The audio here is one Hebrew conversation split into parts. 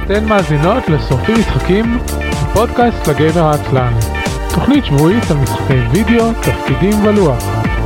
אתן מאזינות לשורפים משחקים, פודקאסט לגיימר העצלן. תוכנית שבועית על משחקי וידאו, תפקידים ולוח.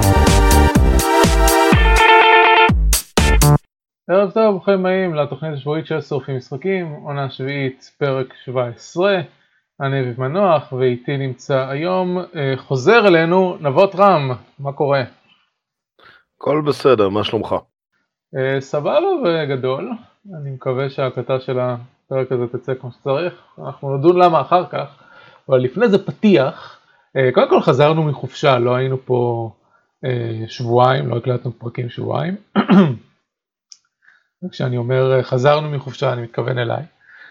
ערב טוב, ברוכים הבאים לתוכנית השבועית של שורפים משחקים, עונה שביעית, פרק 17. אני אביב מנוח, ואיתי נמצא היום, חוזר אלינו, נבות רם, מה קורה? הכל בסדר, מה שלומך? סבבה וגדול, אני מקווה שההקלטה של הפרק הזה תצא כמו שצריך, אנחנו נדון למה אחר כך, אבל לפני זה פתיח. קודם כל חזרנו מחופשה, לא היינו פה שבועיים, לא הקלטנו פרקים שבועיים. כשאני אומר חזרנו מחופשה אני מתכוון אליי.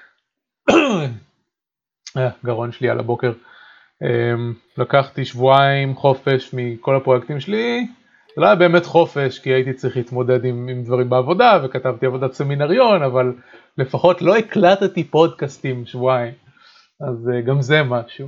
גרון שלי על הבוקר. לקחתי שבועיים חופש מכל הפרויקטים שלי. זה לא היה באמת חופש כי הייתי צריך להתמודד עם דברים בעבודה וכתבתי עבודת סמינריון, אבל לפחות לא הקלטתי פודקאסטים שבועיים, אז גם זה משהו.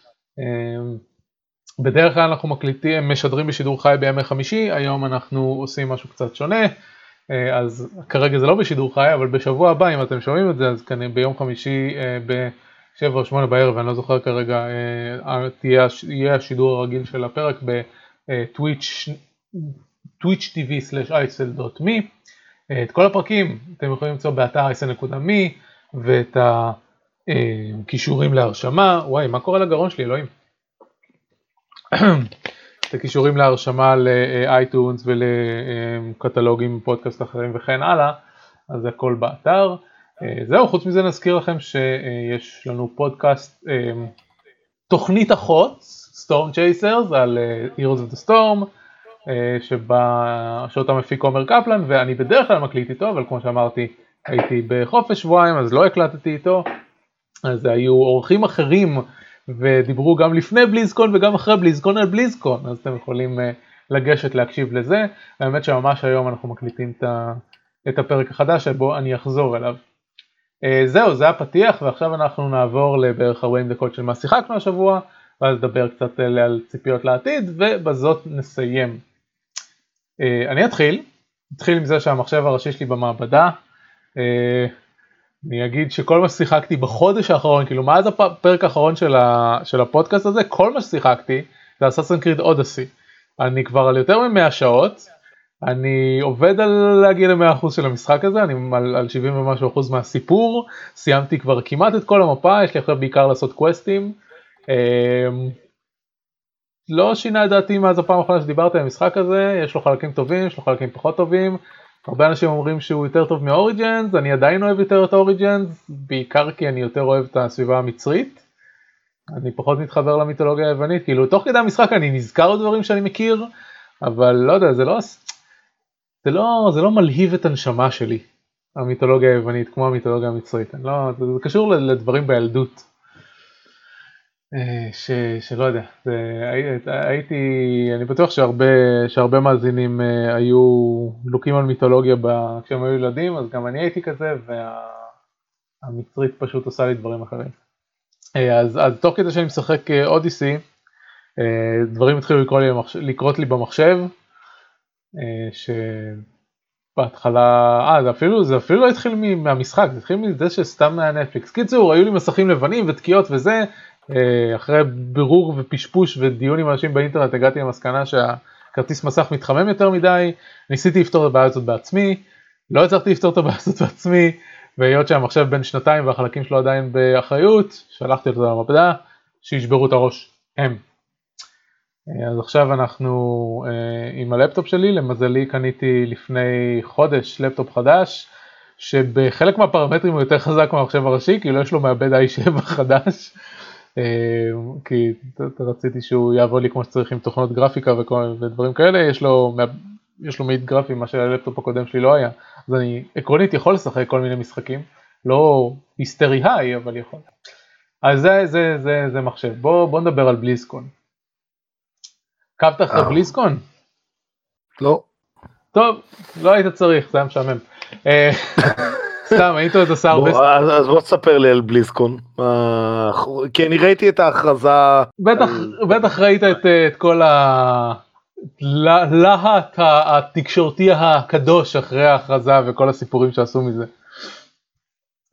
בדרך כלל אנחנו משדרים בשידור חי בימי חמישי, היום אנחנו עושים משהו קצת שונה, אז כרגע זה לא בשידור חי, אבל בשבוע הבא אם אתם שומעים את זה, אז כנראה ביום חמישי ב-7 או 8 בערב, אני לא זוכר כרגע, יהיה השידור הרגיל של הפרק twitch.tv/isl.me. את כל הפרקים אתם יכולים למצוא באתר isl.me, ואת הקישורים להרשמה, וואי מה קורה לגרון שלי אלוהים, את הקישורים להרשמה לאייטונס ולקטלוגים פודקאסט אחרים וכן הלאה, אז זה הכל באתר. זהו, חוץ מזה נזכיר לכם שיש לנו פודקאסט, תוכנית אחות, Storm Chasers, על Heroes of the Storm, שאותה מפיק עומר קפלן, ואני בדרך כלל מקליט איתו, אבל כמו שאמרתי, הייתי בחופש שבועיים, אז לא הקלטתי איתו, אז היו אורחים אחרים, ודיברו גם לפני בליזקון וגם אחרי בליזקון על בליזקון, אז אתם יכולים לגשת להקשיב לזה. האמת שממש היום אנחנו מקליטים את הפרק החדש, שבו אני אחזור אליו. זהו, זה הפתיח, ועכשיו אנחנו נעבור לבערך 40 דקות של מה שיחקנו השבוע, ואז נדבר קצת על ציפיות לעתיד, ובזאת נסיים. אני אתחיל עם זה שהמחשב הראשי שלי במעבדה. אני אגיד שכל מה ששיחקתי בחודש האחרון, כאילו מאז הפרק האחרון של הפודקאסט הזה, כל מה ששיחקתי זה Assassin's Creed Odyssey. אני כבר על יותר מ-100 שעות, אני עובד על להגיע ל-100% של המשחק הזה, אני על 70 ומשהו אחוז מהסיפור, סיימתי כבר כמעט את כל המפה, יש לי עכשיו בעיקר לעשות קווסטים. לא שינה את דעתי מאז הפעם האחרונה שדיברתי על המשחק הזה, יש לו חלקים טובים, יש לו חלקים פחות טובים, הרבה אנשים אומרים שהוא יותר טוב מאוריג'נס, אני עדיין אוהב יותר את אוריג'נס, בעיקר כי אני יותר אוהב את הסביבה המצרית, אני פחות מתחבר למיתולוגיה היוונית, כאילו תוך כדי המשחק אני נזכר דברים שאני מכיר, אבל לא יודע, זה לא מלהיב את הנשמה שלי, המיתולוגיה היוונית כמו המיתולוגיה המצרית, זה קשור לדברים בילדות. שלא יודע, אני בטוח שהרבה מאזינים היו לוקים על מיתולוגיה כשהם היו ילדים, אז גם אני הייתי כזה, והמצרית פשוט עושה לי דברים אחרים. אז תוך כדי שאני משחק אודיסי, דברים התחילו לקרות לי במחשב, שבהתחלה, זה אפילו לא התחיל מהמשחק, זה התחיל מזה שסתם מהנטפליקס. קיצור, היו לי מסכים לבנים ותקיעות וזה, אחרי בירור ופשפוש ודיון עם אנשים באינטרנט הגעתי למסקנה שהכרטיס מסך מתחמם יותר מדי, ניסיתי לפתור את הבעיה הזאת בעצמי, לא הצלחתי לפתור את הבעיה הזאת בעצמי, והיות שהמחשב בין 2 והחלקים שלו עדיין באחריות, שלחתי אותו למעבדה, שישברו את הראש הם. אז עכשיו אנחנו עם הלפטופ שלי, למזלי קניתי לפני חודש לפטופ חדש, שבחלק מהפרמטרים הוא יותר חזק מהמחשב הראשי, כי לא יש לו מעבד i7 חדש, כי רציתי שהוא יעבוד לי כמו שצריך עם תוכנות גרפיקה ודברים כאלה, יש לו מאית גרפי, מה שהלפטופ הקודם שלי לא היה, אז אני עקרונית יכול לשחק כל מיני משחקים, לא היסטרי היי, אבל יכול. אז זה מחשב. בוא נדבר על בליזקון. עקבת אחרי בליזקון? לא. טוב, לא היית צריך, זה היה משעמם. סתם, היית עוד עושה הרבה... אז בוא תספר לי על בליזקון, כי אני ראיתי את ההכרזה... בטח ראית את כל הלהט התקשורתי הקדוש אחרי ההכרזה וכל הסיפורים שעשו מזה.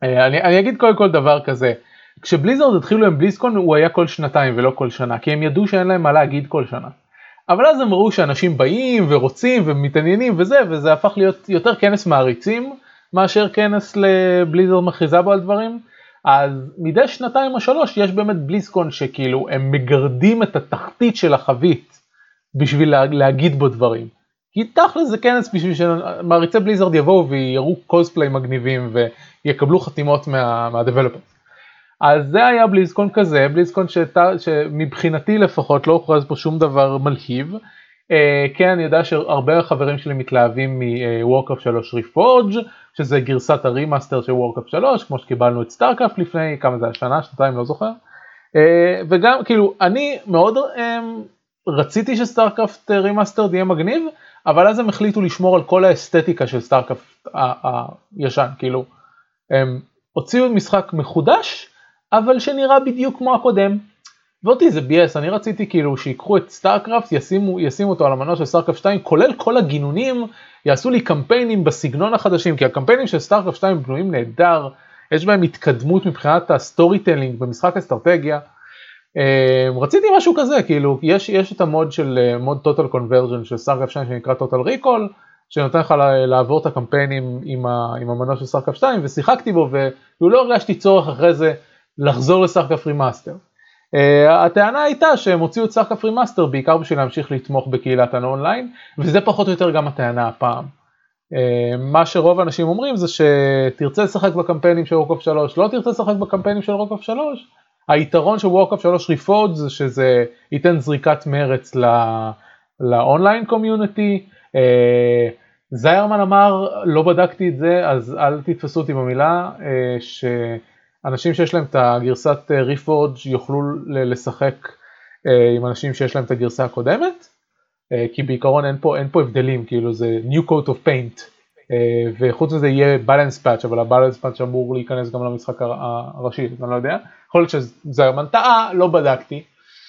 אני אגיד קודם כל דבר כזה, כשבליזרד התחילו עם בליזקון הוא היה כל שנתיים ולא כל שנה, כי הם ידעו שאין להם מה להגיד כל שנה. אבל אז הם ראו שאנשים באים ורוצים ומתעניינים וזה הפך להיות יותר כנס מעריצים, מאשר כנס לבליזרד מכריזה בו על דברים. אז מדי שנתיים או שלוש יש באמת בליזקון שכאילו הם מגרדים את התחתית של החבית, בשביל להגיד בו דברים. כי תכל'ס זה כנס בשביל שמעריצי בליזרד יבואו ויראו קוספליי מגניבים ויקבלו חתימות מהדבלופרס. אז זה היה בליזקון כזה, בליזקון שמבחינתי לפחות לא הוכרז פה שום דבר מלהיב. כן, אני יודע שהרבה חברים שלי מתלהבים מוורקראפט 3 ריפורג' שזה גרסת הרימאסטר של וורקראפט 3, כמו שקיבלנו את סטארקראפט לפני כמה זה השנה, שנתיים לא זוכר. וגם כאילו אני מאוד רציתי שסטארקראפט רימאסטר יהיה מגניב, אבל אז הם החליטו לשמור על כל האסתטיקה של סטארקראפט הישן, כאילו הם הוציאו משחק מחודש, אבל שנראה בדיוק כמו הקודם, ואותי זה BS, אני רציתי כאילו שיקחו את סטארקראפט, ישימו אותו על המנוע של סטארקראפט 2, כולל כל הגינונים, יעשו לי קמפיינים בסגנון החדשים, כי הקמפיינים של סטארקראפט 2 בנויים נהדר, יש בהם התקדמות מבחינת הסטורי טלינג במשחק אסטרטגיה, רציתי משהו כזה, כאילו יש את המוד של מוד טוטל קונברז'ן של סטארקראפט 2 שנקרא טוטל ריקול, שנותן לך לעבור את הקמפיינים עם המנוע של סטארקראפט 2, ושיחקתי בו ולא הרגשתי צורך אחרי זה לחזור לסטארקראפט רימאסטר. הטענה הייתה שהם הוציאו את סטארקראפט רימאסטר בעיקר בשביל להמשיך לתמוך בקהילת האונליין, וזה פחות או יותר גם הטענה הפעם. מה שרוב האנשים אומרים זה שתרצה לשחק בקמפיינים של וורקראפט 3, לא תרצה לשחק בקמפיינים של וורקראפט 3, היתרון של וורקראפט 3 ריפורג' זה שזה ייתן זריקת מרץ לאונליין קומיוניטי. זיירמן אמר, לא בדקתי את זה, אז אל תתפסו אותי במילה, שאנשים שיש להם את הגרסת ריפורג' יוכלו לשחק עם אנשים שיש להם את הגרסה הקודמת, כי בעיקרון אין פה הבדלים, כאילו זה new coat of paint, וחוץ מזה יהיה balance patch, אבל ה-balance patch אמור להיכנס גם למשחק הראשי, אני לא יודע, יכול להיות שזיירמן טעה, לא בדקתי.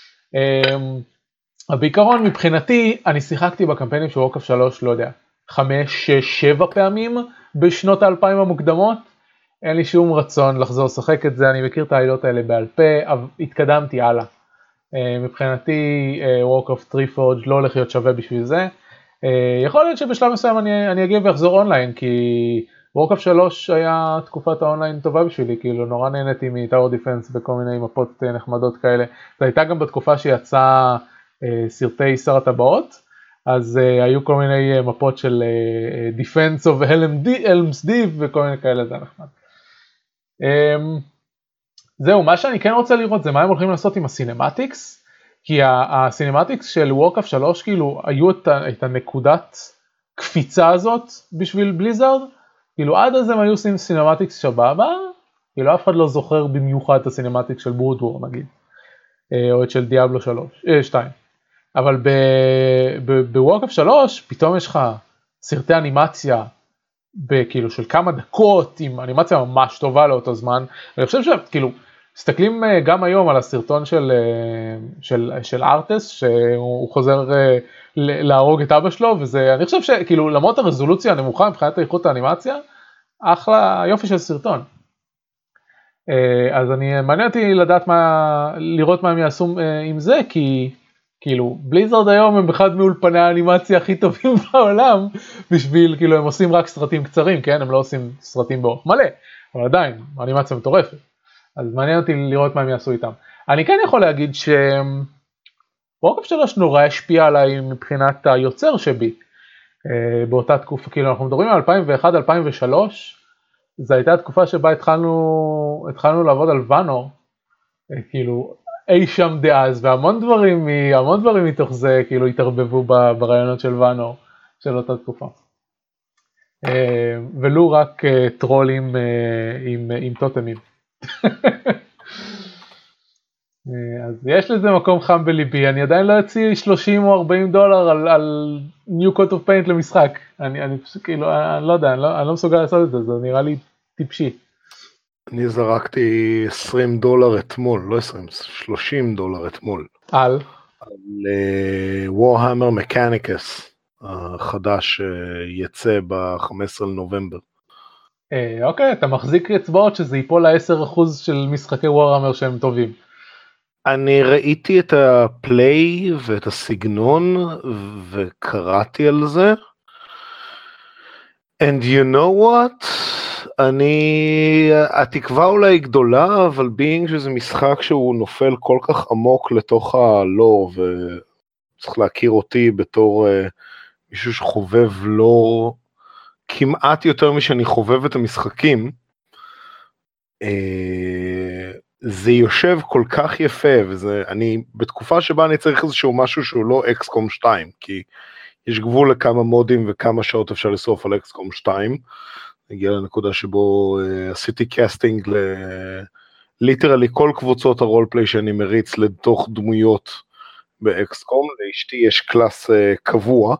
בעיקרון מבחינתי, אני שיחקתי בקמפיינים של וורקראפט 3, לא יודע, 5, 6, 7 פעמים בשנות ה-2000 המוקדמות, אין לי שום רצון לחזור לשחק את זה, אני מכיר את העלילות האלה בעל פה, אבל התקדמתי הלאה. מבחינתי וורקראפט ריפורג' לא הולך להיות שווה בשביל זה. יכול להיות שבשלב מסוים אני אגיע ואחזור אונליין, כי וורקראפט 3 היה תקופת האונליין טובה בשבילי, כאילו נורא נהניתי מטאוור דיפנס בכל מיני מפות נחמדות כאלה. זה הייתה גם בתקופה שיצא סרטי שר הטבעות, אז היו כל מיני מפות של דיפנס אוף הלמס דיפ וכל מיני כאלה, זה נחמד. זהו, מה שאני כן רוצה לראות זה מה הם הולכים לעשות עם הסינמטיקס, כי הסינמטיקס של וורקראפט 3 כאילו היו את הנקודת קפיצה הזאת בשביל בליזרד, כאילו עד אז הם היו עושים סינמטיקס שבבה, כאילו אף אחד לא זוכר במיוחד את הסינמטיקס של בורד וור נגיד, או את של דיאבלו 2, אבל בוורקראפט 3 פתאום יש לך סרטי אנימציה, בכאילו של כמה דקות, עם אנימציה ממש טובה לאותו זמן, אני חושב שכאילו, מסתכלים גם היום על הסרטון של ארטס, שהוא חוזר להרוג את אבא שלו, וזה, אני חושב שכאילו, למרות הרזולוציה הנמוכה מבחינת איכות האנימציה, אחלה יופי של סרטון. אז מעניין אותי לראות מה הם יעשו עם זה, כי כאילו, בליזרד היום הם אחד מאולפני האנימציה הכי טובים בעולם, בשביל, כאילו, הם עושים רק סרטים קצרים, כן? הם לא עושים סרטים באורך מלא, אבל עדיין, האנימציה מטורפת. אז מעניין אותי לראות מה הם יעשו איתם. אני כן יכול להגיד וורקראפט 3 נורא השפיע עליי מבחינת היוצר שבי, באותה תקופה, כאילו, אנחנו מדברים על 2001-2003, זו הייתה התקופה שבה התחלנו לעבוד על ואנור, כאילו, אי שם דאז, והמון דברים מתוך זה כאילו התערבבו ברעיונות של ואנור של אותה תקופה. ולו רק טרולים עם טוטמים. אז יש לזה מקום חם בליבי, אני עדיין לא אציע 30 או 40 דולר על New Coat of Paint למשחק. אני פשוט כאילו, אני לא יודע, אני לא מסוגל לעשות את זה, זה נראה לי טיפשי. אני זרקתי 20 דולר אתמול, לא 20, 30 דולר אתמול. על Warhammer Mechanicus, החדש יצא ב-15 לנובמבר. אוקיי, אתה מחזיק אצבעות שזה ייפול ל-10% של משחקי ווארהמר שהם טובים. אני ראיתי את הפליי ואת הסגנון וקראתי על זה. And you know what? התקווה אולי גדולה, אבל being שזה משחק שהוא נופל כל כך עמוק לתוך הלור, וצריך להכיר אותי בתור מישהו שחובב לור כמעט יותר משאני חובב את המשחקים, זה יושב כל כך יפה, אני בתקופה שבה אני צריך איזשהו משהו שהוא לא XCOM 2, כי יש גבול לכמה מודים וכמה שעות אפשר לשרוף על XCOM 2, הגיע לנקודה שבו עשיתי קאסטינג ליטרלי כל קבוצות הרולפליי שאני מריץ לתוך דמויות ב-XCOM, לאשתי יש קלאס קבוע,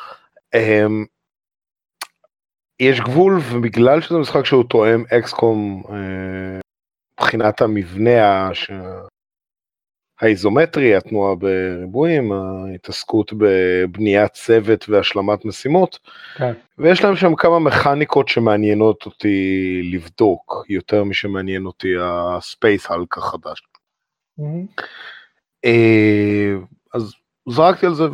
יש גבול, ובגלל שזה משחק שהוא תואם XCOM מבחינת המבנה האיזומטרי, התנועה בריבועים, ההתעסקות בבניית צוות והשלמת משימות, כן. ויש להם שם כמה מכניקות שמעניינות אותי לבדוק, יותר משמעניין אותי הספייס הלק החדש. אז זרקתי על זה,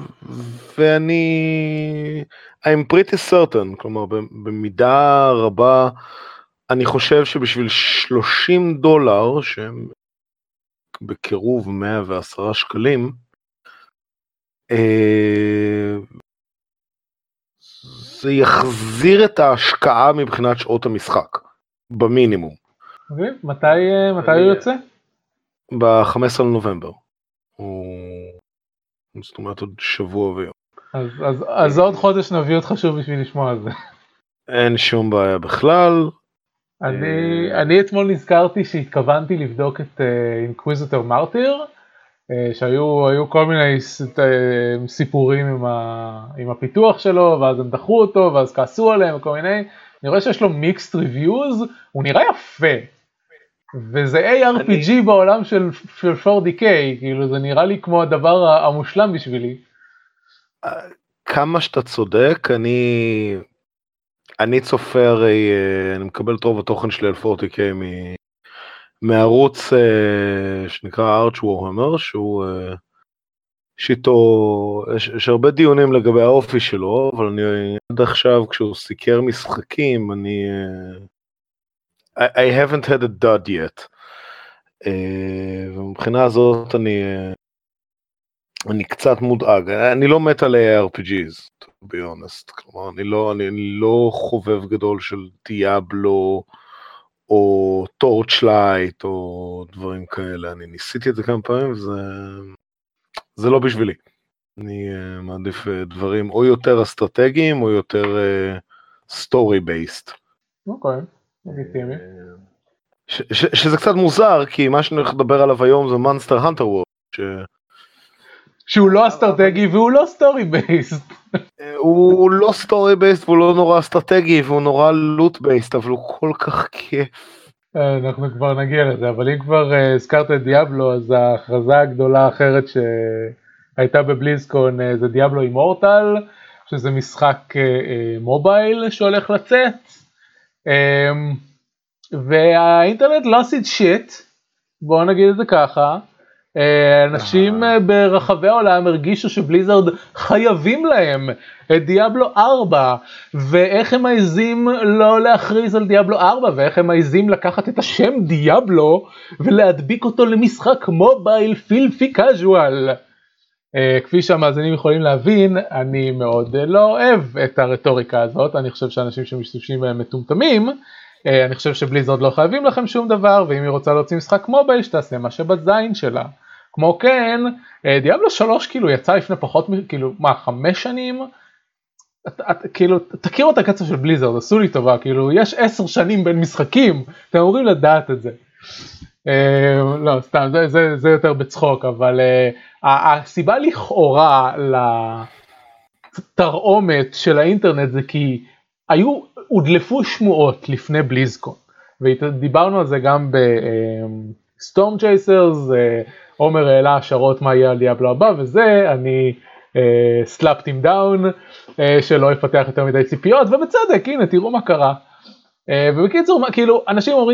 ואני I'm pretty certain, כלומר במידה רבה, אני חושב שבשביל $30, שהם בקירוב 110 שקלים, זה יחזיר את ההשקעה מבחינת שעות המשחק, במינימום. מתי הוא יוצא? ב-15 לנובמבר. זאת אומרת עוד שבוע ויום. אז עוד חודש נביא אותך שוב בשביל לשמוע על זה. אין שום בעיה בכלל. אני אתמול נזכרתי שהתכוונתי לבדוק את Inquisitor Martyr, שהיו כל מיני סיפורים עם הפיתוח שלו, ואז הם דחו אותו, ואז כעסו עליהם וכל מיני. אני רואה שיש לו mixed reviews, הוא נראה יפה. וזה ARPG בעולם של 4DK, כאילו זה נראה לי כמו הדבר המושלם בשבילי. כמה שאתה צודק, אני צופה הרי, אני מקבל את רוב התוכן שלי על 4DK מערוץ שנקרא Arch Warhammer, שהוא שיטו, יש הרבה דיונים לגבי האופי שלו, אבל אני עד עכשיו כשהוא סיקר משחקים, I haven't had a dud yet. ומבחינה הזאת אני קצת מודאג. אני לא מת על ARPGs, to be honest. כלומר, אני לא חובב גדול של דיאבלו, או טורצ'לייט, או דברים כאלה. אני ניסיתי את זה כמה פעמים, וזה לא בשבילי. אני מעדיף דברים או יותר אסטרטגיים, או יותר story-based. אוקיי. לגיטימי. שזה קצת מוזר, כי מה שאני הולך לדבר עליו היום זה Monster Hunter World, שהוא לא אסטרטגי והוא לא סטורי בייסט. הוא לא סטורי בייסט והוא לא נורא אסטרטגי והוא נורא לוט בייסט, אבל הוא כל כך כיף. אנחנו כבר נגיע לזה, אבל אם כבר הזכרת את דיאבלו, אז ההכרזה הגדולה האחרת שהייתה בבליזקון זה דיאבלו אימורטל, שזה משחק מובייל שהולך לצאת. והאינטרנט לא עשית שיט, בואו נגיד את זה ככה, אנשים ברחבי העולם הרגישו שבליזרד חייבים להם את דיאבלו 4, ואיך הם מעיזים לא להכריז על דיאבלו 4, ואיך הם מעיזים לקחת את השם דיאבלו ולהדביק אותו למשחק מובייל פילפי קאז'ואל. כפי שהמאזינים יכולים להבין, אני מאוד לא אוהב את הרטוריקה הזאת, אני חושב שאנשים שמשתמשים בהם מטומטמים, אני חושב שבליזרד לא חייבים לכם שום דבר, ואם היא רוצה להוציא משחק מובייל, שתעשה מה שבזין שלה. כמו כן, דיאבלו 3 כאילו יצא לפני פחות, כאילו, 5 שנים? כאילו, תכירו את הקצב של בליזרד, עשו לי טובה, כאילו, יש 10 שנים בין משחקים, אתם אמורים לדעת את זה. לא, סתם, זה יותר בצחוק, אבל הסיבה לכאורה לתרעומת של האינטרנט זה כי הודלפו שמועות לפני בליזקון, ודיברנו על זה גם בסטורם צ'ייסרס, עומר העלה השערות מה יהיה על דיאבלו הבא, וזה אני סלאפט עם דאון, שלא יפתח יותר מדי ציפיות, ובצדק, הנה תראו מה קרה. ובקיצור, כאילו, אנשים אומרים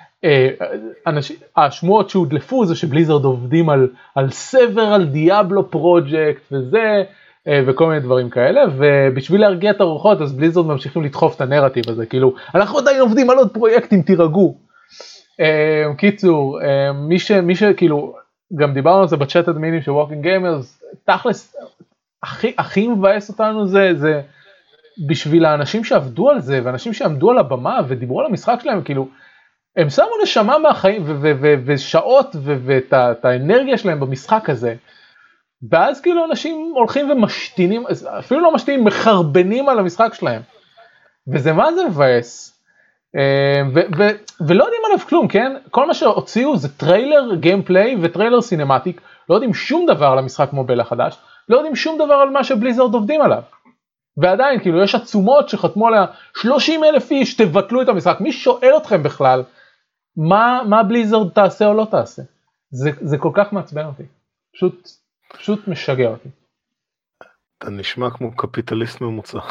השמועות שהודלפו זה שבליזרד עובדים על סבר דיאבלו פרוג'קט וזה, וכל מיני דברים כאלה, ובשביל להרגיע את הרוחות, אז בליזרד ממשיכים לדחוף את הנרטיב הזה, כאילו, אנחנו עדיין עובדים על עוד פרויקטים, תירגעו. קיצור, מי שכאילו, גם דיברנו על זה בצ'אט אדמינים של ווקינג גיימרס, תכלס, הכי מבאס אותנו זה בשביל האנשים שעבדו על זה, ואנשים שעמדו על הבמה ודיברו על המשחק שלהם, כאילו, הם שמו נשמה מהחיים ושעות ואת האנרגיה שלהם במשחק הזה, ואז כאילו אנשים הולכים ומשתינים, אפילו לא משתינים, מחרבנים על המשחק שלהם, וזה מה זה מבאס, ולא יודעים עליו כלום, כן? כל מה שהוציאו זה טריילר גיימפליי וטריילר סינמטיק, לא יודעים שום דבר על המשחק מובייל החדש, לא יודעים שום דבר על מה שבליזרד עובדים עליו, ועדיין כאילו יש עצומות שחתמו עליה 30,000 איש, תבטלו את המשחק, מי שואל אתכם בכלל, מה בליזרד תעשה או לא תעשה? זה כל כך מעצבן אותי, פשוט משגע אותי. אתה נשמע כמו קפיטליסט ממוצע.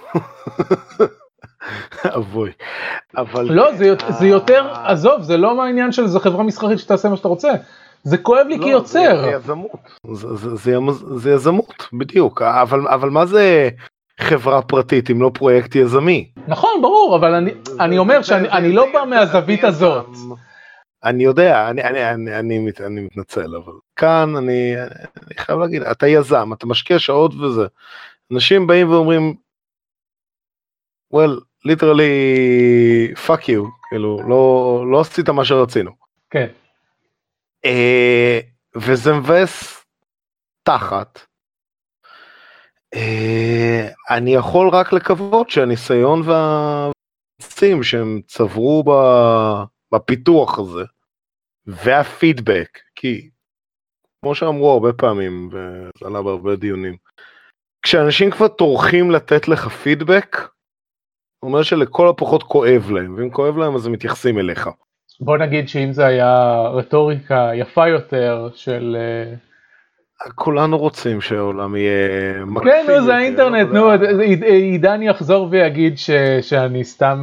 אבוי. לא, זה יותר, עזוב, זה לא מהעניין של זו חברה מסחרית שתעשה מה שאתה רוצה, זה כואב לי כיוצר. זה יזמות. זה יזמות, בדיוק. אבל מה זה חברה פרטית אם לא פרויקט יזמי? נכון, ברור, אבל אני אומר שאני לא בא מהזווית הזאת. אני יודע, אני מתנצל, אבל כאן אני חייב להגיד, אתה יזם, אתה משקיע שעות וזה. אנשים באים ואומרים, well, literally, fuck you, כאילו, לא עשית מה שרצינו. כן. וזה מבאס תחת. אני יכול רק לקוות שהניסיון והצים שהם צברו בפיתוח הזה, והפידבק, כי כמו שאמרו הרבה פעמים, וזה עלה בהרבה דיונים, כשאנשים כבר טורחים לתת לך פידבק, הוא אומר שלכל הפחות כואב להם, ואם כואב להם אז הם מתייחסים אליך. בוא נגיד שאם זה היה רטוריקה יפה יותר של... כולנו רוצים שהעולם יהיה מקסים. כן, נו, זה האינטרנט, נו, עידן יחזור ויגיד שאני סתם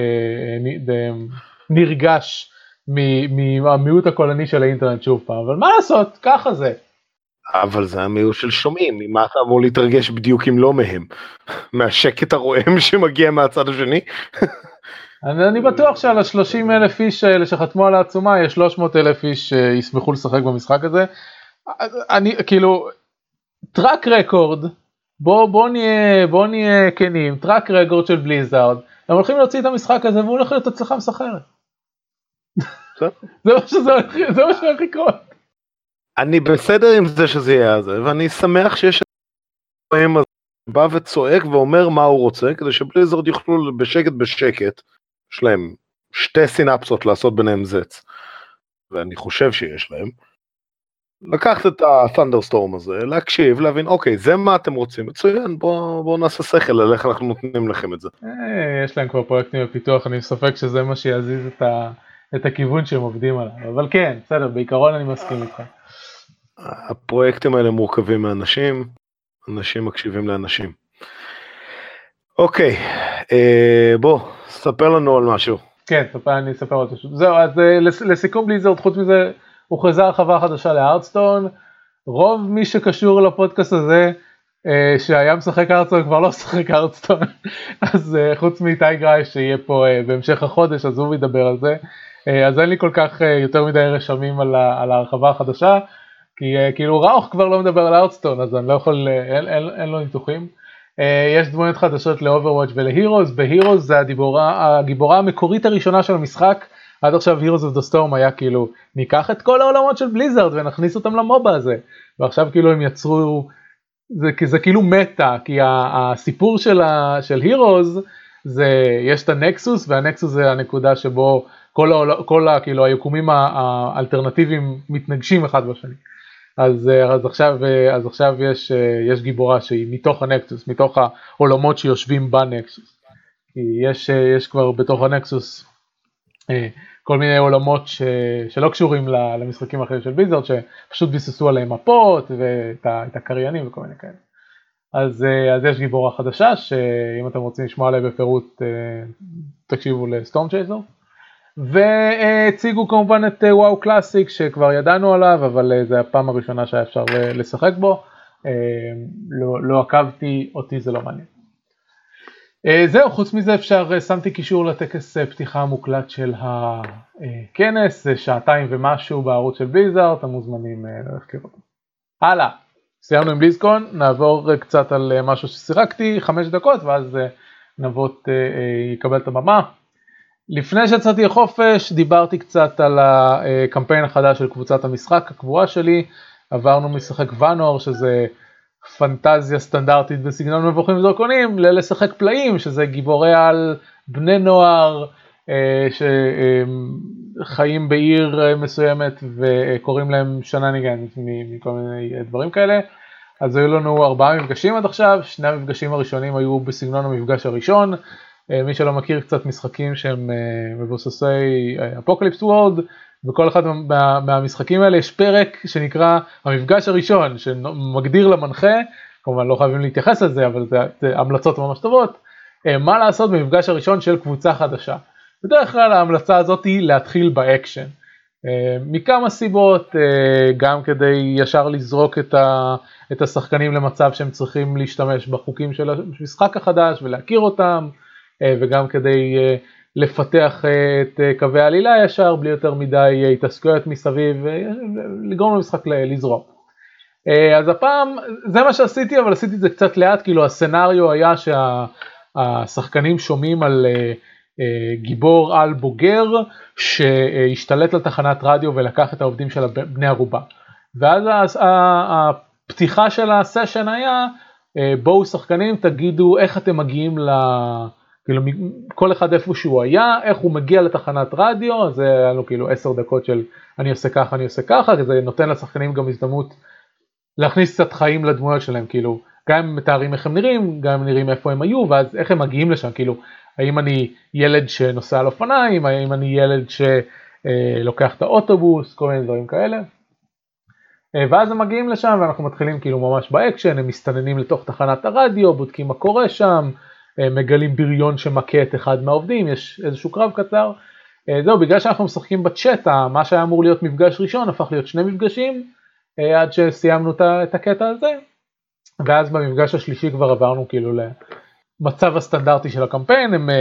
נרגש מהמיעוט הקולני של האינטרנט שוב פעם, אבל מה לעשות, ככה זה. אבל זה המיעוט של שומעים, מה אתה אמור להתרגש בדיוק אם לא מהם? מהשקט הרועם שמגיע מהצד השני? אני בטוח שעל ה-30,000 איש האלה שחתמו על העצומה, יש 300,000 איש שישמחו לשחק במשחק הזה. אני, כאילו, טראק רקורד, בוא נהיה כנים, טראק רקורד של בליזארד, הם הולכים להוציא את המשחק הזה, והוא הולך להיות הצלחה מסחררת. זה מה שהולך לקרות. אני בסדר עם זה שזה יהיה זה, ואני שמח שיש בא וצועק ואומר מה הוא רוצה, כדי שבליזרד יוכלו בשקט, יש להם 2 סינפסות לעשות ביניהם זץ, ואני חושב שיש להם, לקחת את ה-Thunderstorm הזה, להקשיב, להבין, אוקיי, זה מה אתם רוצים, מצוין, בואו נעשה שכל, על איך אנחנו נותנים לכם את זה. יש להם כבר פרויקטים בפיתוח, אני מספק שזה מה שיזיז את הכיוון שהם עובדים עליו, אבל כן, בסדר, בעיקרון אני מסכים איתך. הפרויקטים האלה מורכבים מאנשים, אנשים מקשיבים לאנשים. אוקיי, בוא, ספר לנו על משהו. כן, אני אספר עוד משהו. זהו, אז לסיכום בליזרד, חוץ מזה, הוכרזה הרחבה חדשה להרדסטון, רוב מי שקשור לפודקאסט הזה, שהיה משחק הרדסטון, כבר לא משחק הרדסטון, אז חוץ מאיתי גראי שיהיה פה בהמשך החודש, אז הוא ידבר על זה, אז אין לי כל כך יותר מדי רשמים על ההרחבה החדשה, כי כאילו ראוך כבר לא מדבר על הרדסטון, אז אני לא יכול, אין לו ניתוחים. יש דמויות חדשות לאוברוואץ' ולהירוז, בהירוז זה הגיבורה המקורית הראשונה של המשחק, עד עכשיו Heroes of the Storm היה כאילו, ניקח את כל העולמות של בליזרד ונכניס אותם למובה הזה, ועכשיו כאילו הם יצרו, זה כאילו מטה, כי הסיפור של Heroes, זה, יש את הנקסוס, והנקסוס זה הנקודה שבו כל כאילו היקומים האלטרנטיביים מתנגשים אחד בשני. אז עכשיו יש גיבורה שהיא מתוך הנקסוס, מתוך העולמות שיושבים בנקסוס. כי יש כבר בתוך הנקסוס כל מיני עולמות שלא קשורים למשחקים אחרים של בליזרד, שפשוט ביססו עליהם מפות ואת הקריינים וכל מיני כאלה. אז יש גיבורה חדשה, שאם אתם רוצים לשמוע עליה בפירוט, תקשיבו לסטורם צ'ייזר. והציגו כמובן את וואו קלאסיק, שכבר ידענו עליו, אבל זה הפעם הראשונה שהיה אפשר לשחק בו. לא עקבתי, אותי זה לא מעניין. זהו, חוץ מזה שמתי קישור לטקס פתיחה מוקלט של הכנס, זה 2 ומשהו בערוץ של בליזארד, אתם מוזמנים להזכיר אותו. הלאה, סיימנו עם בליזקון, נעבור קצת על משהו ששיחקתי, 5 דקות, ואז נבות יקבל את הבמה. לפני שיצאתי לחופש, דיברתי קצת על הקמפיין החדש של קבוצת המשחק הקבועה שלי, עברנו משחק ונואר, שזה פנטזיה סטנדרטית בסגנון מבוכים ודרקונים, לשחק פלאים, שזה גיבורי על בני נוער, שחיים בעיר מסוימת, וקוראים להם שנניגן, מכל מיני דברים כאלה. אז היו לנו 4 מפגשים עד עכשיו, 2 המפגשים הראשונים היו בסגנון המפגש הראשון, מי שלא מכיר קצת משחקים שהם מבוססי אפוקליפס וורלד, וכל אחד מהמשחקים האלה יש פרק שנקרא המפגש הראשון, שמגדיר למנחה, כמובן לא חייבים להתייחס לזה, אבל זה המלצות ממש טובות, מה לעשות במפגש הראשון של קבוצה חדשה. בדרך כלל ההמלצה הזאת היא להתחיל באקשן. מכמה סיבות, גם כדי ישר לזרוק את השחקנים למצב שהם צריכים להשתמש בחוקים של המשחק החדש ולהכיר אותם, וגם כדי לפתח את קווי העלילה ישר, בלי יותר מדי התעסקויות מסביב, ולגרום למשחק לזרום. אז הפעם, זה מה שעשיתי, אבל עשיתי את זה קצת לאט, כאילו הסצנריו היה שהשחקנים שומעים על גיבור על בוגר, שהשתלט על תחנת רדיו ולקח את העובדים של בני ערובה. ואז הפתיחה של הסשן היה, בואו שחקנים תגידו איך אתם מגיעים כאילו כל אחד איפה שהוא היה, איך הוא מגיע לתחנת רדיו, אז היה לו כאילו 10 דקות של אני עושה ככה, אני עושה ככה, כי זה נותן לשחקנים גם הזדמנות להכניס קצת חיים לדמויות שלהם, כאילו גם הם מתארים איך הם נראים, גם הם נראים איפה הם היו, ואז איך הם מגיעים לשם, כאילו האם אני ילד שנוסע על אופניים, האם אני ילד שלוקח את האוטובוס, כל מיני דברים כאלה. ואז הם מגיעים לשם ואנחנו מתחילים כאילו ממש באקשן, הם מסתננים לתוך תחנת הרדיו, בודקים מה קורה שם, מגלים בריון שמכה את אחד מהעובדים, יש איזשהו קרב קצר. זהו, בגלל שאנחנו משחקים בצ'אט, מה שהיה אמור להיות מפגש ראשון, הפך להיות 2 מפגשים, עד שסיימנו את הקטע הזה, ואז במפגש השלישי כבר עברנו כאילו למצב הסטנדרטי של הקמפיין, הם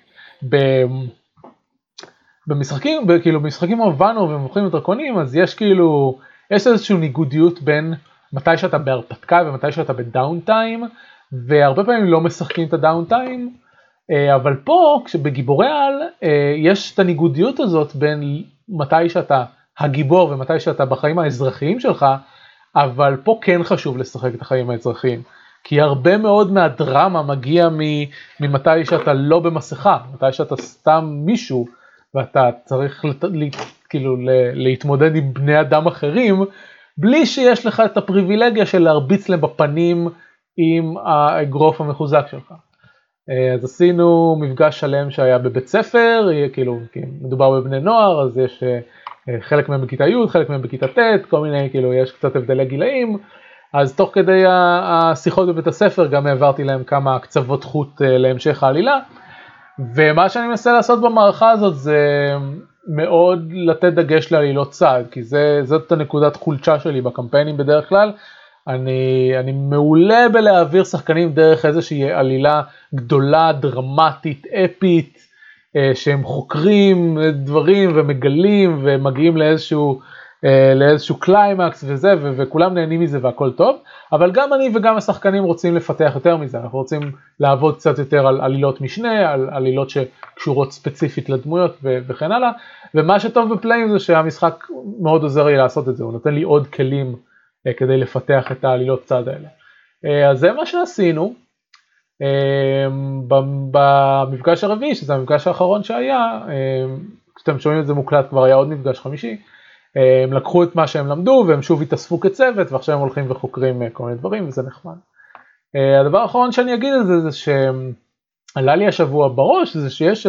במשחקים, כאילו משחקים אובנו ומבוכים ודרקונים, אז יש כאילו, יש איזושהי ניגודיות בין מתי שאתה בהרפתקה ומתי שאתה בדאונטיים, והרבה פעמים לא משחקים את הדאונטיים, אבל פה, כשבגיבורי על, יש את הניגודיות הזאת בין מתי שאתה הגיבור ומתי שאתה בחיים האזרחיים שלך, אבל פה כן חשוב לשחק את החיים האזרחיים, כי הרבה מאוד מהדרמה מגיע ממתי שאתה לא במסכה, מתי שאתה סתם מישהו, ואתה צריך כאילו להתמודד עם בני אדם אחרים, בלי שיש לך את הפריבילגיה של להרביץ להם בפנים, עם האגרוף המחוזק שלך. אז עשינו מפגש שלם שהיה בבית ספר, כאילו, מדובר בבני נוער, אז יש חלק מהם בכיתה י', חלק מהם בכיתה ט', כל מיני, כאילו, יש קצת הבדלי גילאים, אז תוך כדי השיחות בבית הספר, גם העברתי להם כמה קצוות חוט להמשך העלילה, ומה שאני מנסה לעשות במערכה הזאת, זה מאוד לתת דגש לעלילות צד, כי זאת הנקודת חולשה שלי בקמפיינים בדרך כלל, אני מעולה בלהעביר שחקנים דרך איזושהי עלילה גדולה, דרמטית, אפית, שהם חוקרים דברים ומגלים ומגיעים לאיזשהו קליימקס וזה, וכולם נהנים מזה והכל טוב, אבל גם אני וגם השחקנים רוצים לפתח יותר מזה, אנחנו רוצים לעבוד קצת יותר על עלילות משנה, על עלילות שקשורות ספציפית לדמויות וכן הלאה, ומה שטוב בפלאים זה שהמשחק מאוד עוזר לי לעשות את זה, הוא נותן לי עוד כלים, כדי לפתח את העלילות צד האלה. אז זה מה שעשינו. במפגש הרביעי, שזה המפגש האחרון שהיה, כשאתם שומעים את זה מוקלט, כבר היה עוד מפגש חמישי, הם לקחו את מה שהם למדו, והם שוב התאספו כצוות, ועכשיו הם הולכים וחוקרים כל מיני דברים, וזה נחמד. הדבר האחרון שאני אגיד על זה, זה שעלה לי השבוע בראש, זה שיש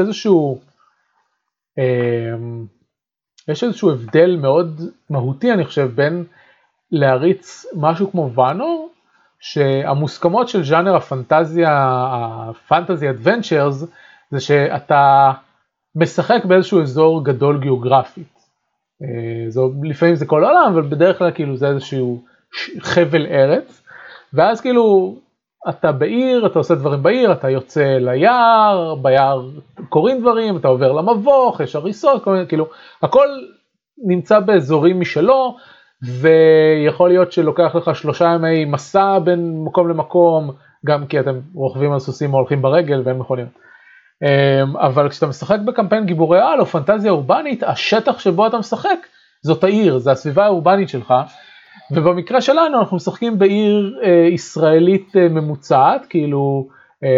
איזשהו הבדל מאוד מהותי, אני חושב, בין להריץ משהו כמו ונור, שהמוסכמות של ז'אנר הפנטזי אדוונצ'רס, זה שאתה משחק באיזשהו אזור גדול גיאוגרפית. לפעמים זה כל העולם, אבל בדרך כלל כאילו זה איזשהו חבל ארץ, ואז כאילו אתה בעיר, אתה עושה דברים בעיר, אתה יוצא ליער, ביער קוראים דברים, אתה עובר למבוך, יש הריסות, כאילו הכל נמצא באזורים משלו, ויכול להיות שלוקח לך 3 ימי מסע בין מקום למקום, גם כי אתם רוכבים על סוסים או הולכים ברגל ואין מכוניות. אבל כשאתה משחק בקמפיין גיבורי על או פנטזיה אורבנית, השטח שבו אתה משחק זאת העיר, זה הסביבה האורבנית שלך, ובמקרה שלנו אנחנו משחקים בעיר ישראלית ממוצעת, כאילו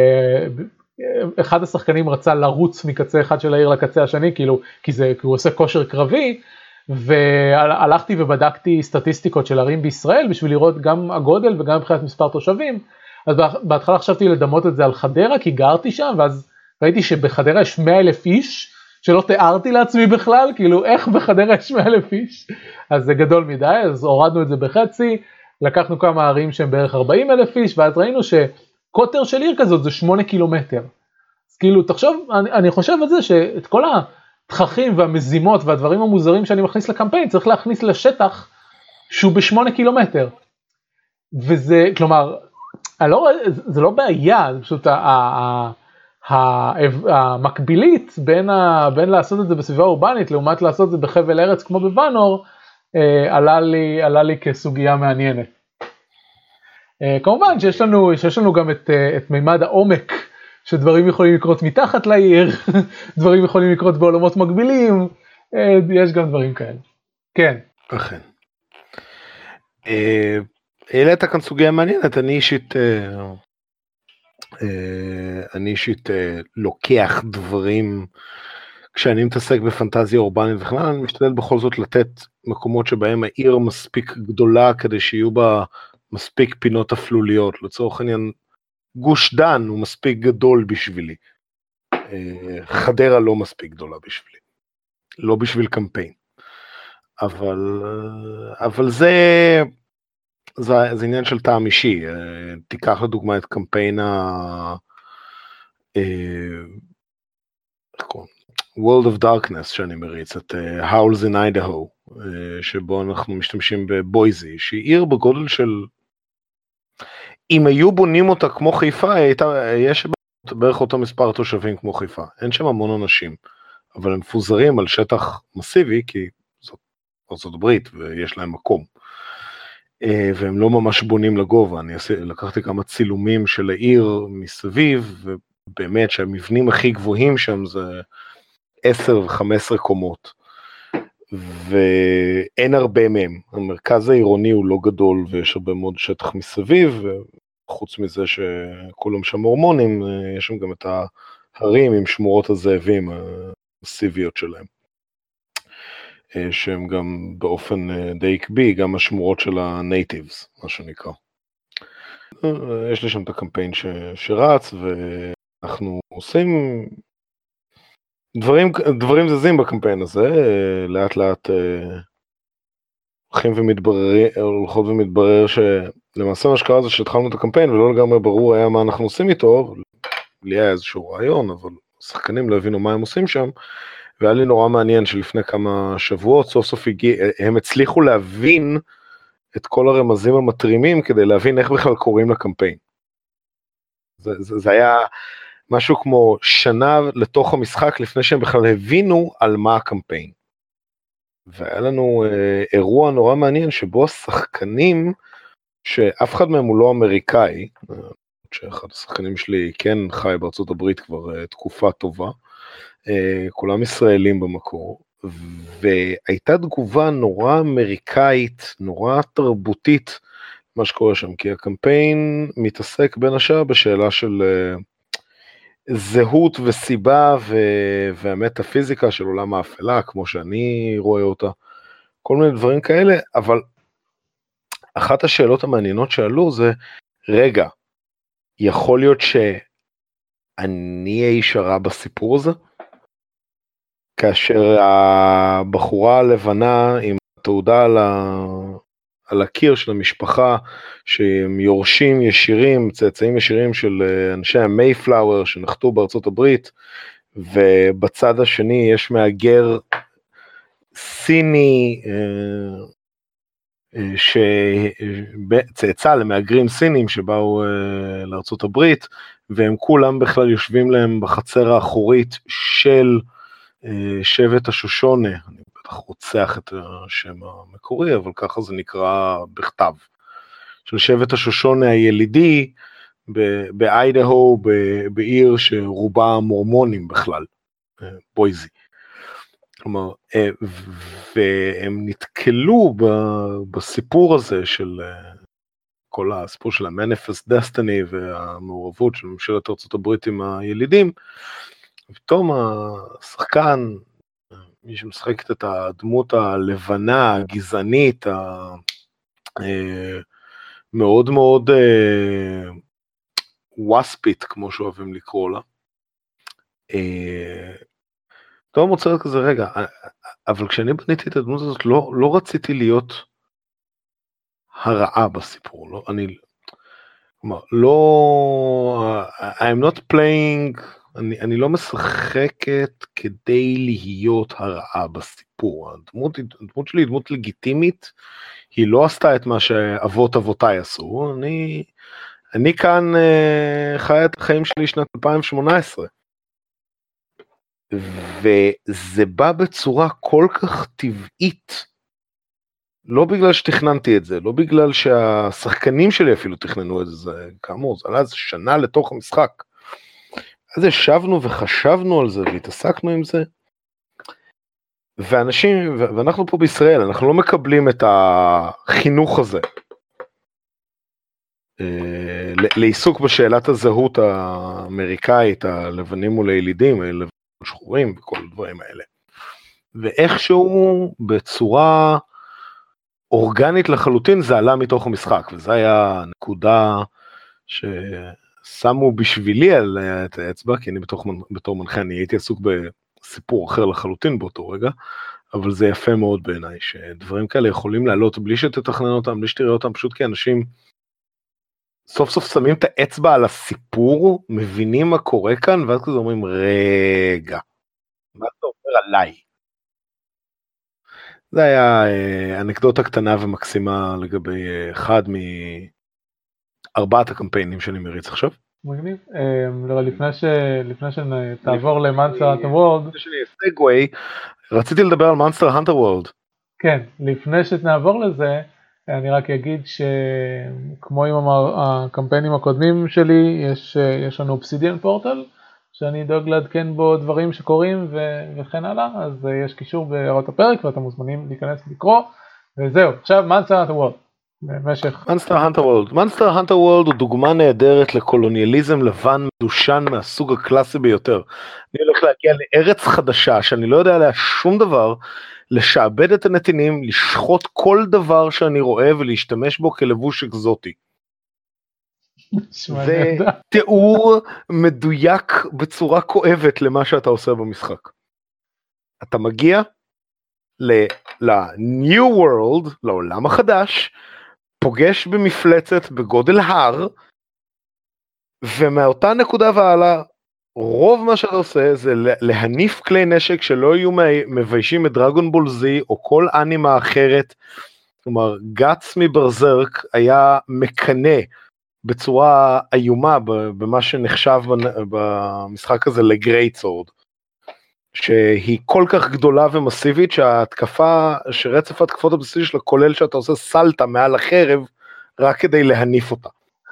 אחד השחקנים רצה לרוץ מקצה אחד של העיר לקצה השני, כאילו, כי הוא עושה כושר קרבי, והלכתי ובדקתי סטטיסטיקות של ערים בישראל, בשביל לראות גם הגודל וגם מבחינת מספר תושבים, אז בהתחלה חשבתי לדמות את זה על חדרה, כי גרתי שם, ואז ראיתי שבחדרה יש 100,000 איש, שלא תיארתי לעצמי בכלל, כאילו איך בחדרה יש 100,000 איש, אז זה גדול מדי, אז הורדנו את זה בחצי, לקחנו כמה ערים שהם בערך 40,000 איש, ואז ראינו שקוטר של עיר כזאת זה 8 קילומטר, אז כאילו תחשוב, אני חושב על זה שאת כל התככים והמזימות והדברים המוזרים שאני מכניס לקמפיין, צריך להכניס לשטח שהוא ב8 קילומטר, וזה, כלומר, זה לא בעיה, זה פשוט המקבילית בין לעשות את זה בסביבה אורבנית, לעומת לעשות את זה בחבל ארץ כמו בוונור, עלה לי כסוגיה מעניינת. כמובן שיש לנו גם את מימד העומק, שדברים יכולים לקרות מתחת לעיר, דברים יכולים לקרות בעולמות מקבילים, יש גם דברים כאלה. כן. אכן. העלית כאן סוגיה מעניינת, אני אישית לוקח דברים, כשאני מתעסק בפנטזיה אורבנית וכלל, אני משתדל בכל זאת לתת מקומות שבהם העיר מספיק גדולה, כדי שיהיו בה מספיק פינות אפלוליות, לצורך העניין, גוש דן הוא מספיק גדול בשבילי, חדרה לא מספיק גדולה בשבילי, לא בשביל קמפיין, אבל זה עניין של טעם אישי. תיקח לדוגמה את קמפיין World of Darkness שאני מריץ, את Howls in Idaho, שבו אנחנו משתמשים בבויזי, שהיא עיר בגודל של, אם היו בונים אותה כמו חיפה, יש בערך אותו מספר תושבים כמו חיפה, אין שם המון אנשים, אבל הם מפוזרים על שטח מסיבי, כי זאת ארצות הברית ויש להם מקום. והם לא ממש בונים לגובה, אני לקחתי כמה צילומים של העיר מסביב, ובאמת שהמבנים הכי גבוהים שם זה 10 ו-15 קומות, ואין הרבה מהם, המרכז העירוני הוא לא גדול, ויש הרבה מאוד שטח מסביב, וחוץ מזה שכולם שם הורמונים, יש שם גם את ההרים עם שמורות הזאבים המסיביות שלהם. שהם גם באופן די עקבי, גם השמורות של הנייטיבס, מה שנקרא. יש לי שם את הקמפיין שרץ, ואנחנו עושים דברים זזים בקמפיין הזה, לאט לאט הולכות ומתברר שלמעשה מה שקרה זה שהתחלנו את הקמפיין, ולא לגמרי ברור היה מה אנחנו עושים איתו, לי היה איזשהו רעיון, אבל השחקנים לא הבינו מה הם עושים שם, והיה לי נורא מעניין שלפני כמה שבועות, סוף סוף הם הצליחו להבין את כל הרמזים המטרימים, כדי להבין איך בכלל קוראים לקמפיין. זה היה משהו כמו שנה לתוך המשחק, לפני שהם בכלל הבינו על מה הקמפיין. והיה לנו אירוע נורא מעניין, שבו השחקנים, שאף אחד מהם הוא לא אמריקאי, שאחד השחקנים שלי כן חי בארצות הברית כבר תקופה טובה, כולם ישראלים במקור, והייתה תגובה נורא אמריקאית, נורא תרבותית, מה שקורה שם, כי הקמפיין מתעסק בין השאר בשאלה של זהות וסיבה והמטאפיזיקה של עולם האפלה, כמו שאני רואה אותה, כל מיני דברים כאלה, אבל אחת השאלות המעניינות שעלו זה, רגע, יכול להיות שאני אהיה איש הרע בסיפור הזה? כאשר הבחורה הלבנה עם התעודה על הקיר של המשפחה, שהם יורשים ישירים, צאצאים ישירים של אנשי המייפלאואר שנחתו בארצות הברית, ובצד השני יש מהגר סיני, שצאצא למהגרים סינים שבאו לארצות הברית, והם כולם בכלל יושבים להם בחצר האחורית של שבט השושונה. אני בטח רוצח את השם המקורי, אבל ככה זה נקרא בכתב. של שבט השושונה הילידי, באיידהו, בעיר שרובה מורמונים בכלל, בויזי. כלומר, והם נתקלו בסיפור הזה של כל הסיפור של ה-Manifest Destiny והמעורבות של ממשלת ארצות הברית עם הילידים, ופתאום השחקן, מי שמשחקת את הדמות הלבנה, הגזענית, מאוד מאוד ווספית, כמו שאוהבים לקרוא לה, פתאום מוצא כזה רגע, אבל כשאני בניתי את הדמות הזאת, לא רציתי להיות הרעה בסיפור, לא, כלומר, I'm not playing, אני לא משחקת כדי להיות הרעה בסיפור, הדמות שלי היא דמות לגיטימית, היא לא עשתה את מה שאבות אבותיי עשו, אני כאן חי את החיים שלי שנת 2018, וזה בא בצורה כל כך טבעית, לא בגלל שתכננתי את זה, לא בגלל שהשחקנים שלי אפילו תכננו את זה, כאמור, זה עלה איזה שנה לתוך המשחק, אז ישבנו וחשבנו על זה, והתעסקנו עם זה, ואנחנו פה בישראל, אנחנו לא מקבלים את החינוך הזה, לעיסוק בשאלת הזהות האמריקאית, הלבנים מול הילידים, הלבנים שחורים וכל הדברים האלה. ואיכשהו בצורה אורגנית לחלוטין זה עלה מתוך המשחק, וזה היה נקודה ששמו בשבילי על את האצבע, כי אני בתור מנחה אני הייתי עסוק בסיפור אחר לחלוטין באותו רגע, אבל זה יפה מאוד בעיניי, שדברים כאלה יכולים לעלות בלי שתתכנן אותם, בלי שתראה אותם, פשוט כי אנשים סוף סוף שמים את האצבע על הסיפור, מבינים מה קורה כאן, ואז כזה אומרים, רגע, מה אתה אומר עליי? זה היה אנקדוטה קטנה ומקסימה לגבי אחד מארבעת הקמפיינים שאני מריץ עכשיו. מגניב. לפני שתעבור למאנסטר הנטר וורלד. סגווי, רציתי לדבר על מאנסטר הנטר וורלד. כן, לפני שנעבור לזה, אני רק אגיד שכמו עם הקמפיינים הקודמים שלי, יש לנו אובסידיאן פורטל, שאני דואג לעדכן בו דברים שקורים וכן הלאה, אז יש קישור בהערות הפרק ואתם מוזמנים להיכנס ולקרוא, וזהו, עכשיו מאנסטר הנטר וורלד. מאנסטר הנטר וורלד הוא דוגמה נהדרת לקולוניאליזם לבן מדושן מהסוג הקלאסי ביותר. אני הולך להגיע לארץ חדשה שאני לא יודע עליה שום דבר, לשעבד את הנתינים, לשחוט כל דבר שאני רואה ולהשתמש בו כלבוש אקזוטי. זה תיאור מדויק בצורה כואבת למה שאתה עושה במשחק. אתה מגיע ל-New World, לעולם החדש, פוגש במפלצת בגודל הר, ומאותה נקודה והלאה, רוב מה שאתה עושה זה להניף כלי נשק שלא יהיו מביישים את דרגון בול זי או כל אנימה אחרת. כלומר, גאץ מברזרק היה מקנה בצורה איומה במה שנחשב במשחק הזה לגרייט סורד, שהיא כל כך גדולה ומסיבית שההתקפה, שרצף ההתקפות הבסיסי שלה כולל שאתה עושה סלטה מעל החרב רק כדי להניף אותה.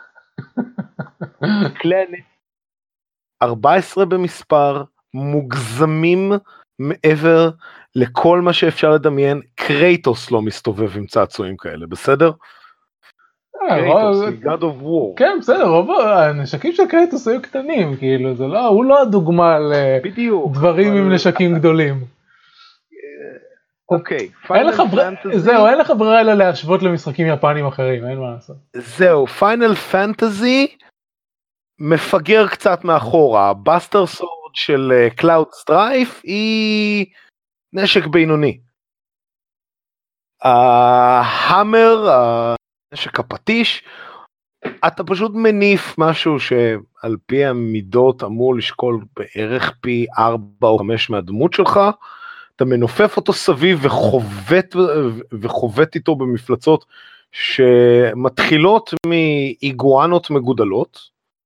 כלי 14 במספר, מוגזמים מעבר לכל מה שאפשר לדמיין. קרייטוס לא מסתובב עם צעצועים כאלה, בסדר? קרייטוס, God of War. כן, בסדר, הנשקים של קרייטוס היו קטנים, כאילו, הוא לא הדוגמה לדברים עם נשקים גדולים. אוקיי, זהו, אין לך ברירה אלא להשוות למשחקים יפנים אחרים, אין מה לעשות. זהו, פיינל פנטזי מפגר קצת מאחורה, הבאסטר סורד של קלאוד סטרייף היא נשק בינוני. ההמר, הנשק הפטיש, אתה פשוט מניף משהו שעל פי המידות אמור לשקול בערך פי 4 או 5 מהדמות שלך, אתה מנופף אותו סביב וחובט איתו במפלצות שמתחילות מאיגואנות מגודלות,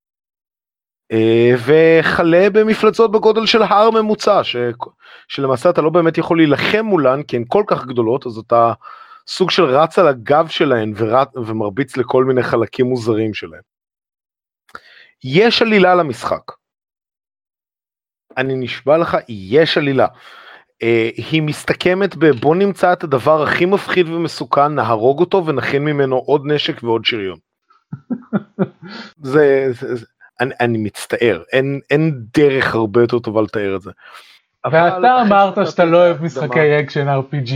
וחלה במפלצות בגודל של הר ממוצע, שלמעשה אתה לא באמת יכול להילחם מולן, כי הן כל כך גדולות, אז אתה סוג של רץ על הגב שלהן ומרביץ לכל מיני חלקים מוזרים שלהן. יש עלילה למשחק. אני נשבע לך, יש עלילה. היא מסתכמת בוא נמצא את הדבר הכי מפחיד ומסוכן, נהרוג אותו ונכין ממנו עוד נשק ועוד שריון. אני מצטער, אין דרך הרבה יותר טובה לתאר את זה. ואתה אמרת שאתה לא אוהב משחקי אקשן RPG.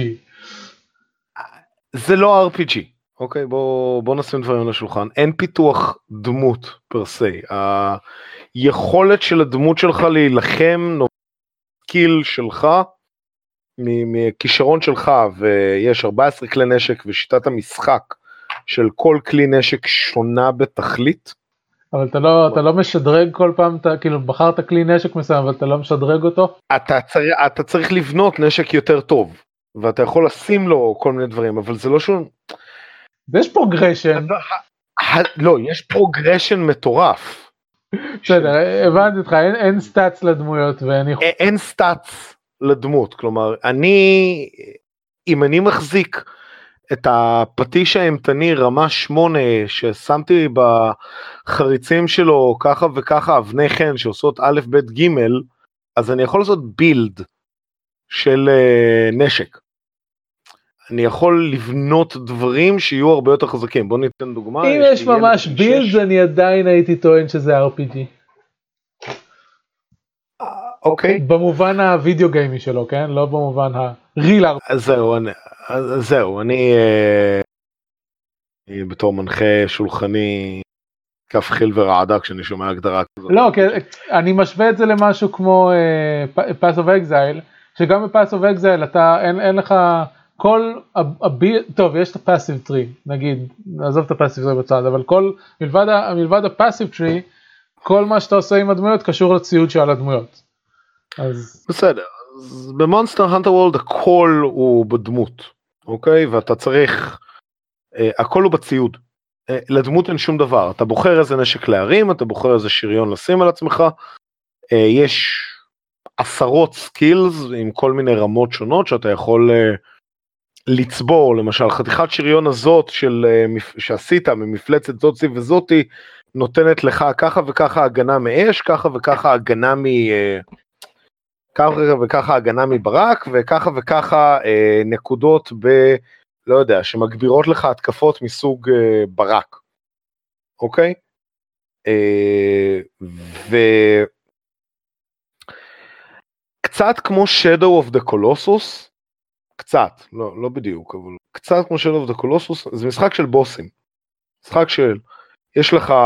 זה לא RPG, אוקיי? בוא נשים דברים על השולחן. אין פיתוח דמות פר סי. היכולת של הדמות שלך להילחם, סקיל שלך, מכישרון שלך, ויש 14 כלי נשק, ושיטת המשחק של כל כלי נשק שונה בתכלית. אבל אתה לא משדרג כל פעם, אתה כאילו בחרת כלי נשק מסוים, אבל אתה לא משדרג אותו? אתה צריך לבנות נשק יותר טוב, ואתה יכול לשים לו כל מיני דברים, אבל זה לא שום... יש פרוגרשן. לא, יש פרוגרשן מטורף. בסדר, הבנתי אותך, אין סטאצ לדמויות, אין סטאצ לדמות, כלומר, אם אני מחזיק את הפטיש האימתני רמה 8 ששמתי בחריצים שלו ככה וככה אבני חן שעושות א' ב' ג', אז אני יכול לעשות בילד של נשק. אני יכול לבנות דברים שיהיו הרבה יותר חזקים. בוא ניתן דוגמה. אם יש ממש בילד, אני עדיין הייתי טוען שזה RPG. אוקיי. במובן הווידאו גיימי שלו, כן? לא במובן הריל RPG. זהו, אני בתור מנחה שולחני כף חיל ורעדה כשאני שומע הגדרה כזאת. לא, אני משווה את זה למשהו כמו Path of Exile, שגם ב-Path of Exile אתה, אין לך כל, טוב, יש את ה-Passive Tree, נגיד, נעזוב את ה-Passive Tree בצד, אבל מלבד ה-Passive Tree, כל מה שאתה עושה עם הדמויות קשור לציוד שעל הדמויות. בסדר, אז במונסטר הנטר וורלד הכל הוא בדמות, אוקיי? ואתה צריך, הכל הוא בציוד. לדמות אין שום דבר, אתה בוחר איזה נשק להרים, אתה בוחר איזה שריון לשים על עצמך, יש עשרות סקילס עם כל מיני רמות שונות שאתה יכול לצבור, למשל חתיכת שריון הזאת שעשית ממפלצת זאתי וזאתי, נותנת לך ככה וככה הגנה מאש, ככה וככה הגנה ככה וככה הגנה מברק, וככה וככה נקודות לא יודע, שמגבירות לך התקפות מסוג ברק, אוקיי? וקצת כמו Shadow of the Colossus, קצת, לא בדיוק, אבל קצת כמו Shadow of the Colossus, זה משחק של בוסים, משחק של, יש לך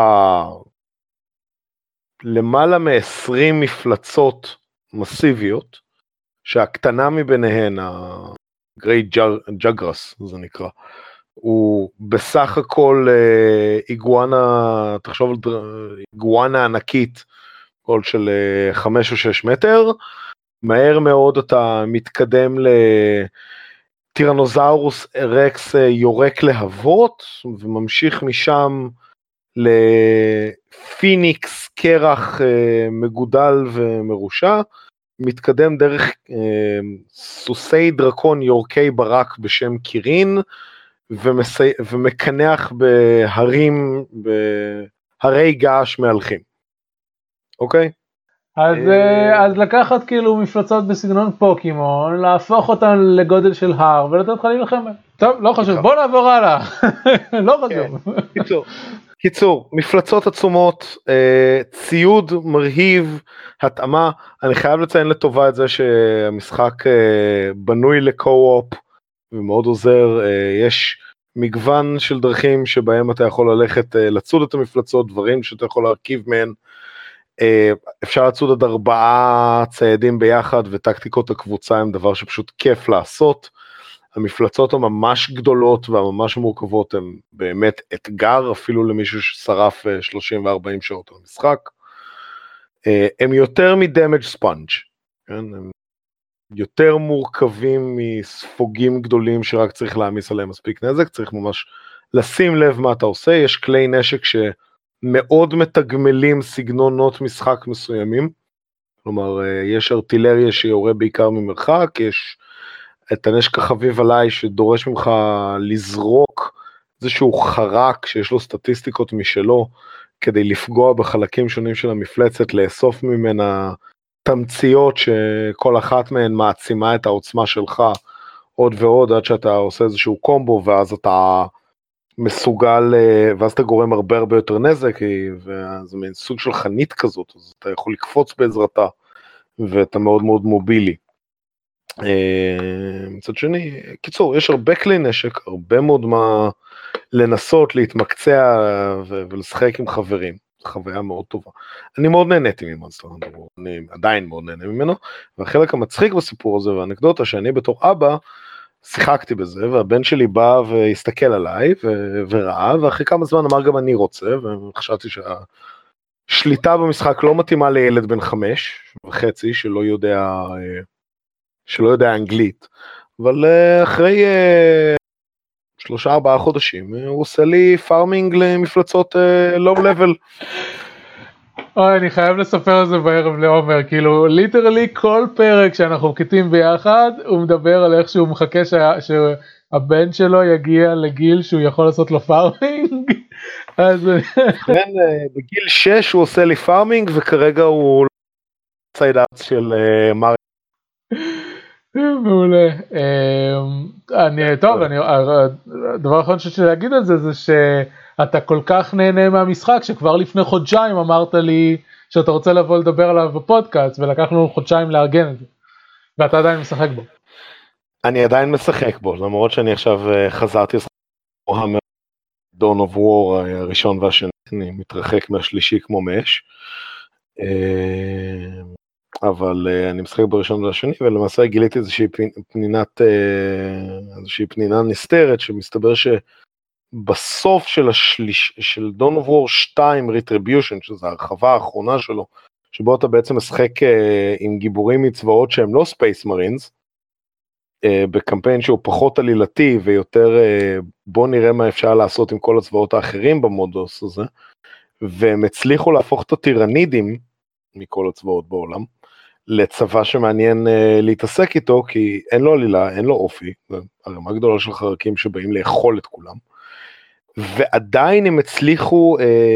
למעלה מ-20 מפלצות מסיביות, שהקטנה מביניהן, גרייט ג'אגרס זה נקרא, הוא בסך הכל איגואנה, תחשוב על איגואנה ענקית, כל של 5 או 6 מטר, מהר מאוד אתה מתקדם לטירנוזאורוס רקס יורק להבות, וממשיך משם לפיניקס קרח מגודל ומרושע, מתקדם דרך סוסי דרקון יורקי ברק בשם קירין, ומקנח בהרי געש מהלכים. אוקיי? אז לקחת כאילו מפלצות בסגנון פוקימון, להפוך אותן לגודל של הר, ולתת לך להילחם בהם. טוב, לא חשוב, בוא נעבור הלאה. לא חשוב. קיצור, מפלצות עצומות, ציוד מרהיב, התאמה, אני חייב לציין לטובה את זה שהמשחק בנוי לקו-אופ, ומאוד עוזר, יש מגוון של דרכים שבהם אתה יכול ללכת לצוד את המפלצות, דברים שאתה יכול להרכיב מהן, אפשר לצוד עד 4 ציידים ביחד, וטקטיקות הקבוצה הם דבר שפשוט כיף לעשות, המפלצות הממש גדולות והממש מורכבות הן באמת אתגר, אפילו למישהו ששרף 30 ו-40 שעות על המשחק. הם יותר מדמג' ספונג', כן? הם יותר מורכבים מספוגים גדולים שרק צריך להעמיס עליהם מספיק נזק, צריך ממש לשים לב מה אתה עושה, יש כלי נשק שמאוד מתגמלים סגנונות משחק מסוימים, כלומר יש ארטילריה שיורה בעיקר ממרחק, יש את הנשק החביב עליי שדורש ממך לזרוק איזשהו חרק שיש לו סטטיסטיקות משלו, כדי לפגוע בחלקים שונים של המפלצת, לאסוף ממנה תמציות שכל אחת מהן מעצימה את העוצמה שלך עוד ועוד, עד שאתה עושה איזשהו קומבו, ואז אתה מסוגל, ואז אתה גורם הרבה יותר נזק, וזה מין סוג של חנית כזאת, אז אתה יכול לקפוץ בעזרתה, ואתה מאוד מובילי. מצד שני, קיצור, יש הרבה כלי נשק, הרבה מאוד מה לנסות, להתמקצע ולשחק עם חברים, זו חוויה מאוד טובה. אני מאוד נהניתי ממונסטר הנטר וורד, אני עדיין מאוד נהנה ממנו, והחלק המצחיק בסיפור הזה, והאנקדוטה שאני בתור אבא, שיחקתי בזה, והבן שלי בא והסתכל עליי וראה, ואחרי כמה זמן אמר גם אני רוצה, וחשבתי שהשליטה במשחק לא מתאימה לילד בן 5.5, שלא יודע אנגלית, אבל אחרי 3-4 חודשים, הוא עושה לי פארמינג למפלצות לואו לבל. אוי, אני חייב לספר על זה בערב לעומר, כאילו ליטרלי כל פרק שאנחנו מקליטים ביחד, הוא מדבר על איך שהוא מחכה שהבן שלו יגיע לגיל שהוא יכול לעשות לו פארמינג. אז בגיל 6 הוא עושה לי פארמינג, וכרגע הוא סיידארץ של מריו. מעולה. טוב, הדבר האחרון שיש לי להגיד על זה, זה שאתה כל כך נהנה מהמשחק, שכבר לפני חודשיים אמרת לי שאתה רוצה לבוא לדבר עליו בפודקאסט, ולקח לנו חודשיים לארגן את זה, ואתה עדיין משחק בו. אני עדיין משחק בו, למרות שאני עכשיו חזרתי לשחק בו, Dawn of War הראשון והשני, אני מתרחק מהשלישי כמו מאש. אבל אני משחק בראשון והשני, ולמעשה גיליתי איזושהי פנינה נסתרת, שמסתבר שבסוף של Dawn of War 2 Retribution, שזו הרחבה האחרונה שלו, שבו אתה בעצם משחק עם גיבורים מצבאות שהם לא ספייס מרינס, בקמפיין שהוא פחות עלילתי, ויותר בוא נראה מה אפשר לעשות עם כל הצבאות האחרים במודוס הזה, והם הצליחו להפוך את הטירנידים, מכל הצבאות בעולם, לצבא שמעניין להתעסק איתו, כי אין לו עלילה, אין לו אופי, הרמה גדולה של חרקים שבאים לאכול את כולם, ועדיין הם הצליחו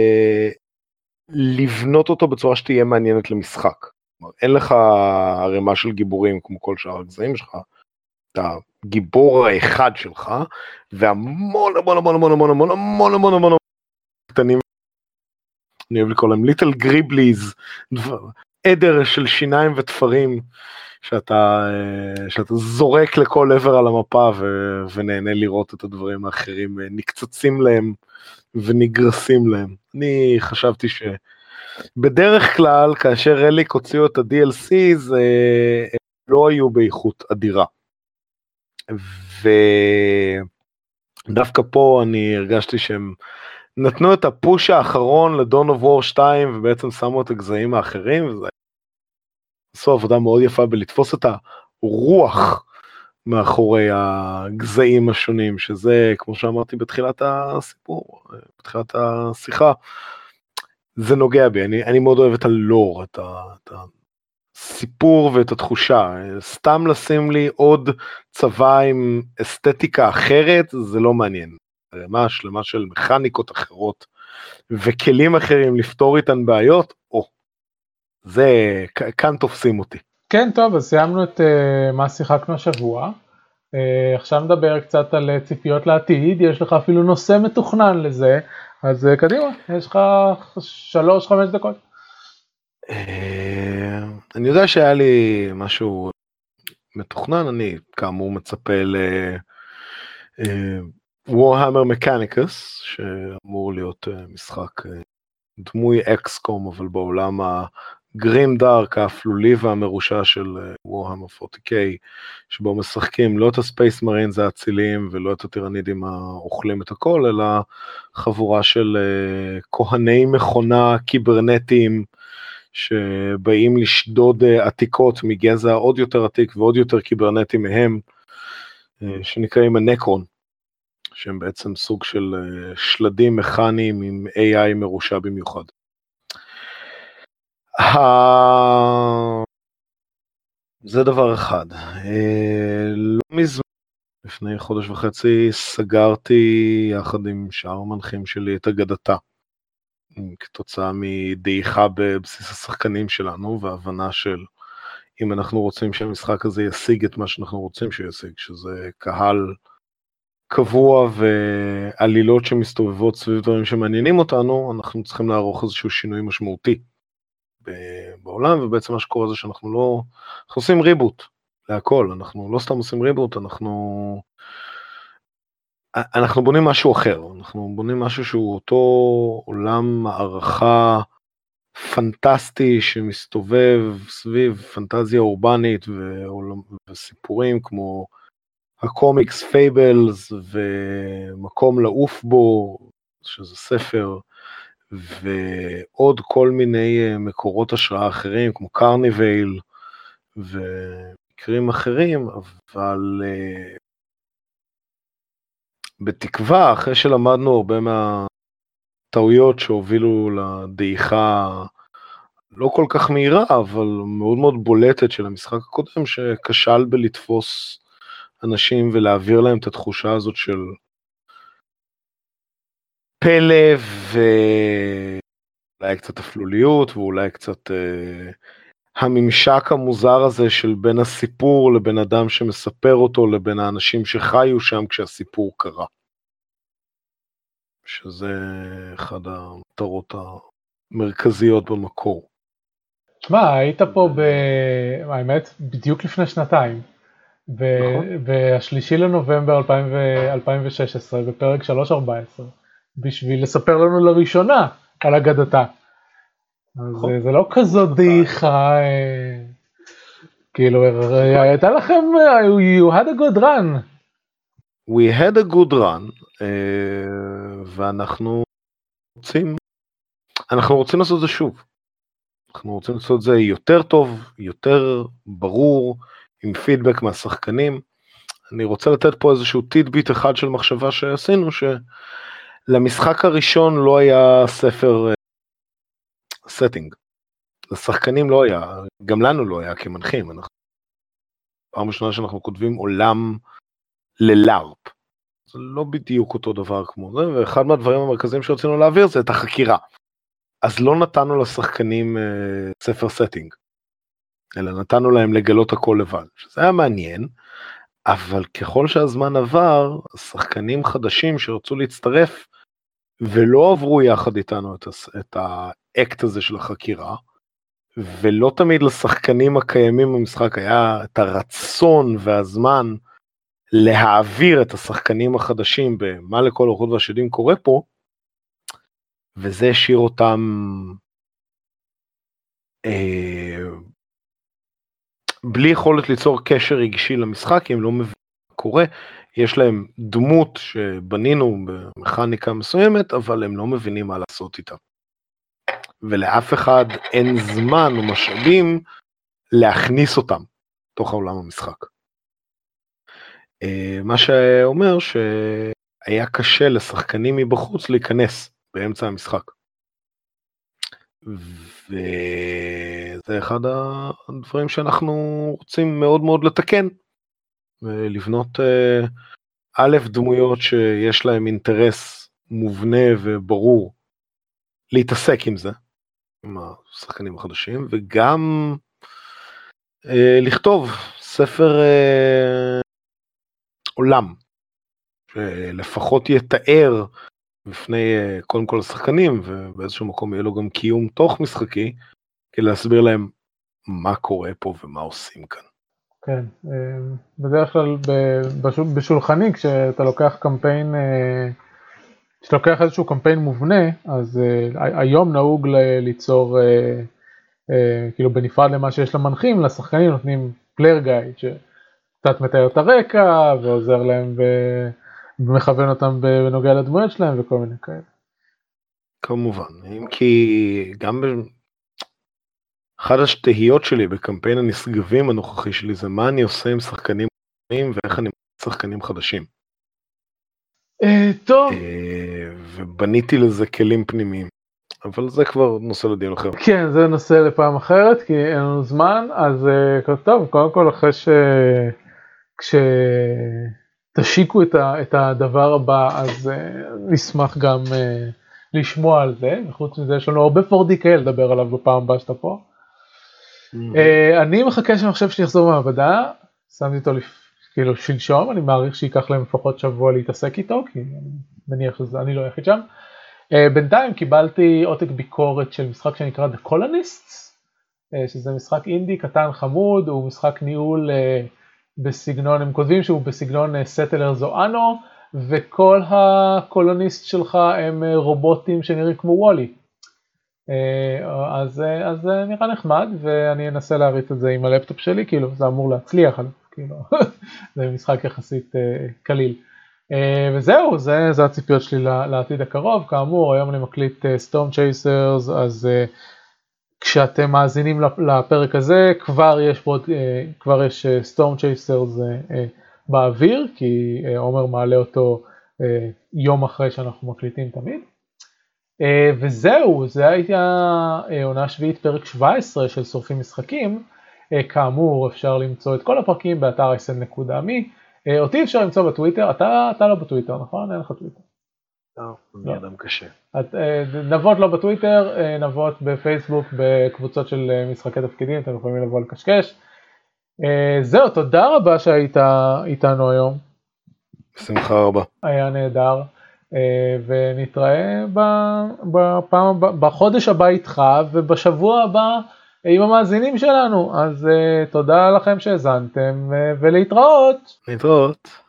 לבנות אותו בצורה שתהיה מעניינת למשחק. אין לך הרמה של גיבורים כמו כל שאר הגזעים שלך, אתה גיבור האחד שלך, והמון המון המון המון המון המון המון המון המון קטנים, אני אוהב לקרוא להם ליטל גריבליז, עדר של שיניים ותפרים, שאתה זורק לכל עבר על המפה, ונהנה לראות את הדברים האחרים, נקצצים להם ונגרסים להם. אני חשבתי שבדרך כלל, כאשר רליק הוציאו את ה-DLCs, הם לא היו באיכות אדירה. ודווקא פה אני הרגשתי שהם נתנו את הפוש האחרון לדון אוף וור 2, ובעצם שמו את הגזעים האחרים, וזה עשו עבודה מאוד יפה בלתפוס את הרוח מאחורי הגזעים השונים, שזה, כמו שאמרתי בתחילת הסיפור, בתחילת השיחה, זה נוגע בי, אני מאוד אוהב את הלור, את הסיפור ואת התחושה, סתם לשים לי עוד צבא עם אסתטיקה אחרת, זה לא מעניין. רמה שלמה של מכניקות אחרות וכלים אחרים לפתור איתן בעיות, זה כאן תופסים אותי. כן, טוב, אז סיימנו את מה שיחקנו השבוע, עכשיו נדבר קצת על ציפיות לעתיד, יש לך אפילו נושא מתוכנן לזה, אז קדימה, יש לך 3-5 דקות. אני יודע שהיה לי משהו מתוכנן, אני כאמור מצפה Warhammer Mechanicus, שאמור להיות משחק דמוי אקסקום, אבל בעולם גרים דארק, האפלולי והמרושע של וורהמר 40K, שבו משחקים לא את הספייס מרינס האציליים ולא את הטירנידים האוכלים את הכל, אלא חבורה של כהני מכונה קיברנטיים, שבאים לשדוד עתיקות מגזע עוד יותר עתיק ועוד יותר קיברנטי מהם, שנקראים הנקרון, שהם בעצם סוג של שלדים מכניים עם AI מרושע במיוחד. זה דבר אחד. לא מזמן, לפני חודש וחצי, סגרתי יחד עם שאר המנחים שלי את אגדתה, כתוצאה מדעיכה בבסיס השחקנים שלנו, והבנה של אם אנחנו רוצים שהמשחק הזה ישיג את מה שאנחנו רוצים שישיג, שזה קהל קבוע ועלילות שמסתובבות סביב דברים שמעניינים אותנו, אנחנו צריכים לערוך איזשהו שינוי משמעותי בעולם, ובעצם מה שקורה זה שאנחנו עושים ריבוט להכל, אנחנו לא סתם עושים ריבוט, אנחנו בונים משהו אחר, אנחנו בונים משהו שהוא אותו עולם הערכה פנטסטי שמסתובב סביב פנטזיה אורבנית וסיפורים כמו הקומיקס פייבלס ומקום לעוף בו, שזה ספר, ועוד כל מיני מקורות השראה אחרים כמו קרניבייל ומקרים אחרים, אבל בתקווה, אחרי שלמדנו הרבה מהטעויות שהובילו לדעיכה לא כל כך מהירה, אבל מאוד מאוד בולטת של המשחק הקודם, שכשל בלתפוס אנשים ולהעביר להם את התחושה הזאת של פלא ואולי קצת אפלוליות ואולי קצת הממשק המוזר הזה של בין הסיפור לבין אדם שמספר אותו לבין האנשים שחיו שם כשהסיפור קרה. שזה אחד המטרות המרכזיות במקור. תשמע, היית פה האמת בדיוק לפני שנתיים. והשלישי לנובמבר 2016 בפרק 314 בשביל לספר לנו לראשונה על אגדתה. אז זה לא כזאת דעיכה, כאילו הייתה לכם, you had a good run. We had a good run, ואנחנו רוצים לעשות זה שוב. אנחנו רוצים לעשות זה יותר טוב, יותר ברור, עם פידבק מהשחקנים. אני רוצה לתת פה איזשהו טידביט אחד של מחשבה שעשינו, שלמשחק הראשון לא היה ספר סטינג. לשחקנים לא היה, גם לנו לא היה כמנחים. פעם ראשונה שאנחנו כותבים עולם ללארפ. זה לא בדיוק אותו דבר כמו זה, ואחד מהדברים המרכזיים שרצינו להעביר זה את החקירה. אז לא נתנו לשחקנים ספר סטינג. אלא נתנו להם לגלות הכל לבד, שזה היה מעניין, אבל ככל שהזמן עבר, שחקנים חדשים שרצו להצטרף, ולא עברו יחד איתנו את האקט הזה של החקירה, ולא תמיד לשחקנים הקיימים במשחק היה את הרצון והזמן להעביר את השחקנים החדשים במה לכל אורחות והשדים קורה פה, וזה השאיר אותם בלי יכולת ליצור קשר רגשי למשחק, כי הם לא מבינים מה קורה, יש להם דמות שבנינו במכניקה מסוימת, אבל הם לא מבינים מה לעשות איתה. ולאף אחד אין זמן או משאבים להכניס אותם תוך העולם המשחק. מה שאומר שהיה קשה לשחקנים מבחוץ להיכנס באמצע המשחק. וזה אחד הדברים שאנחנו רוצים מאוד מאוד לתקן, ולבנות א' דמויות שיש להם אינטרס מובנה וברור להתעסק עם זה, עם השחקנים החדשים, וגם לכתוב ספר עולם, שלפחות יתאר בפני קודם כל השחקנים, ובאיזשהו מקום יהיה לו גם קיום תוך משחקי, כדי להסביר להם מה קורה פה ומה עושים כאן. כן, בדרך כלל בשולחני, כשאתה לוקח קמפיין, כשאתה לוקח איזשהו קמפיין מובנה, אז היום נהוג ליצור כאילו בנפרד למה שיש למנחים, לשחקנים נותנים פלייר גייד, שקצת מתאר את הרקע, ועוזר להם ומכוון אותם בנוגע לדמויות שלהם, וכל מיני כאלה. כמובן, אם כי גם אחת השתהיות שלי בקמפיין הנשגבים הנוכחי שלי, זה מה אני עושה עם שחקנים ואיך אני מוצא שחקנים חדשים. טוב. ובניתי לזה כלים פנימיים. אבל זה כבר נושא לדיון אחר. כן, זה נושא לפעם אחרת, כי אין לנו זמן, אז טוב, קודם כל אחרי כשתשיקו את הדבר הבא, אז נשמח גם לשמוע על זה, וחוץ מזה יש לנו הרבה 4DK לדבר עליו בפעם הבאה שאתה פה. אני מחכה שהמחשב שלי יחזור מהמעבדה, שמתי אותו כאילו שלשום, אני מעריך שיקח להם לפחות שבוע להתעסק איתו, כי אני מניח שאני לא היחיד שם. בינתיים קיבלתי עותק ביקורת של משחק שנקרא The Colonists, שזה משחק אינדי קטן חמוד, הוא משחק ניהול בסגנון, הם כותבים שהוא בסגנון Settlers או אנו, וכל הקולוניסט שלך הם רובוטים שנראים כמו וולי. אז נראה נחמד, ואני אנסה להריץ את זה עם הלפטופ שלי, כאילו זה אמור להצליח, כאילו, זה משחק יחסית קליל. וזהו, זה הציפיות שלי לעתיד הקרוב. כאמור, היום אני מקליט Storm Chasers, אז כשאתם מאזינים לפרק הזה, כבר יש Storm Chasers באוויר, כי עומר מעלה אותו יום אחרי שאנחנו מקליטים תמיד. וזהו, זה הייתה עונה שביעית פרק 17 של שורפים משחקים. כאמור, אפשר למצוא את כל הפרקים באתר isn.me. אותי אפשר למצוא בטוויטר, אתה לא בטוויטר, נכון? אין לך טוויטר. לא, אני אדם קשה. נבות לא בטוויטר, נבות בפייסבוק, בקבוצות של משחקי תפקידים, אתם יכולים לבוא לקשקש. זהו, תודה רבה שהיית איתנו היום. בשמחה רבה. היה נהדר, ונתראה בחודש הבא איתך, ובשבוע הבא עם המאזינים שלנו. אז תודה לכם שהזנתם, ולהתראות. להתראות.